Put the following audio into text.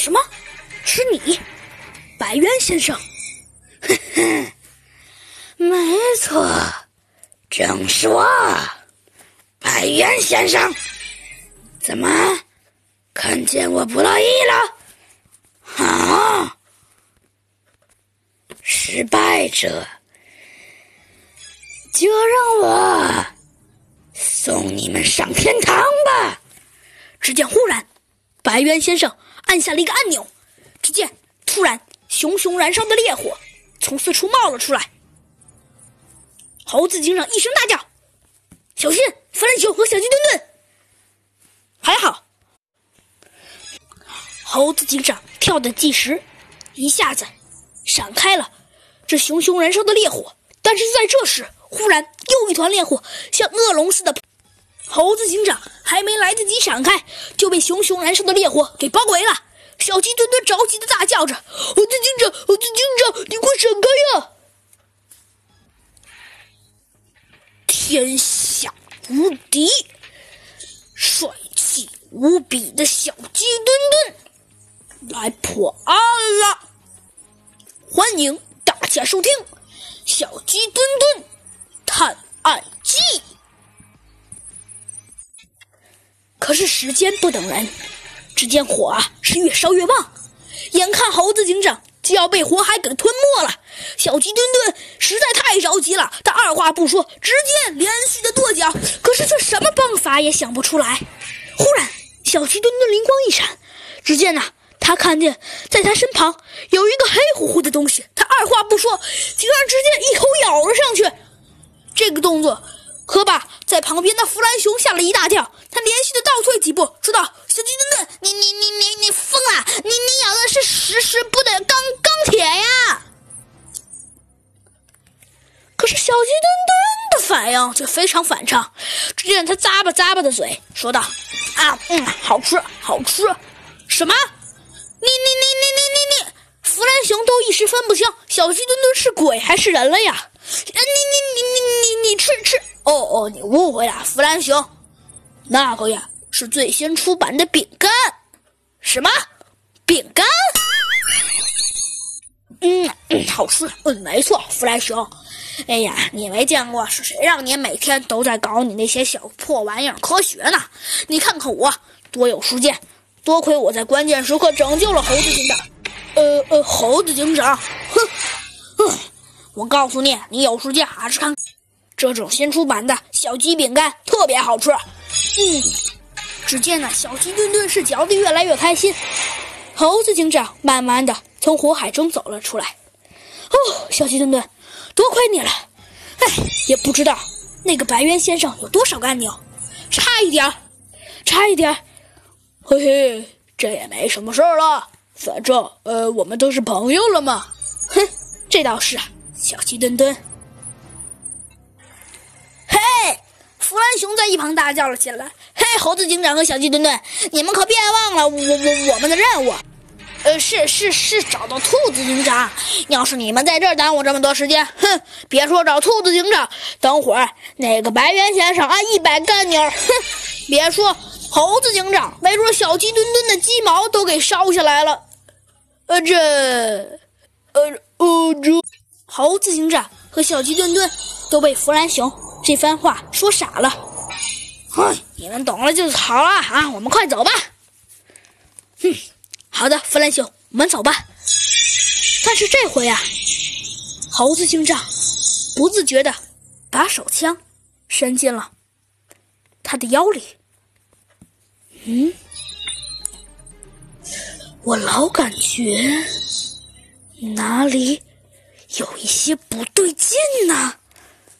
什么？是你，白渊先生？ 呵呵，没错，正是我，白渊先生。怎么，看见我不乐意了？好，失败者，就让我送你们上天堂吧！ 只见忽然，白渊先生按下了一个按钮，只见突然熊熊燃烧的烈火从四处冒了出来。猴子警长一声大叫：“小心！弗兰熊和小鸡墩墩！”还好，猴子警长跳的计时，一下子闪开了这熊熊燃烧的烈火。但是在这时，忽然又一团烈火像恶龙似的，猴子警长还没来得及闪开，就被熊熊燃烧的烈火给包围了。小鸡墩墩着急的大叫着：“猴子警长，猴子警长，你快闪开呀！”天下无敌，帅气无比的小鸡墩墩来破案了！欢迎大家收听《小鸡墩墩探案记》。可是时间不等人，只见火是越烧越旺，眼看猴子警长就要被火海给吞没了。小鸡墩墩实在太着急了，他二话不说，直接连续的跺脚，可是却什么办法也想不出来。忽然，小鸡墩墩灵光一闪，只见他看见在他身旁有一个黑乎乎的东西，他二话不说，竟然直接一口咬了上去。这个动作可把在旁边的弗兰熊吓了一大跳，他连续的倒退几步，说道：“小鸡墩墩，你疯了！你咬的是实不的钢铁呀！”可是小鸡墩墩的反应却非常反常，只见他咂巴的嘴，说道：“好吃，好吃。”什么？你！弗兰熊都一时分不清小鸡墩墩是鬼还是人了呀！你吃！哦，你误会了，弗兰熊，那个呀是最新出版的饼干。什么？饼干？好吃。没错，弗兰熊。哎呀，你没见过是谁让你每天都在搞你那些小破玩意儿科学呢？你看看我多有实践，多亏我在关键时刻拯救了猴子警长。猴子警长，我告诉你，你有时间还是看这种新出版的小鸡饼干，特别好吃。只见小鸡墩墩是嚼得越来越开心。猴子警长慢慢的从火海中走了出来。小鸡墩墩，多亏你了。也不知道那个白渊先生有多少个按钮，差一点。嘿嘿，这也没什么事了，反正我们都是朋友了嘛。这倒是小鸡墩墩。嘿，弗兰熊在一旁大叫了起来：“嘿，猴子警长和小鸡墩墩，你们可别忘了我们的任务。是找到兔子警长。要是你们在这儿耽误这么多时间，别说找兔子警长，等会儿那个白渊先生按100个按钮，别说猴子警长，没准小鸡墩墩的鸡毛都给烧下来了。猴子警长和小鸡墩墩都被弗兰熊这番话说傻了。你们懂了就好了啊，我们快走吧。好的，弗兰熊，我们走吧。但是这回猴子警长不自觉地把手枪伸进了他的腰里。我老感觉哪里有一些不对劲呢。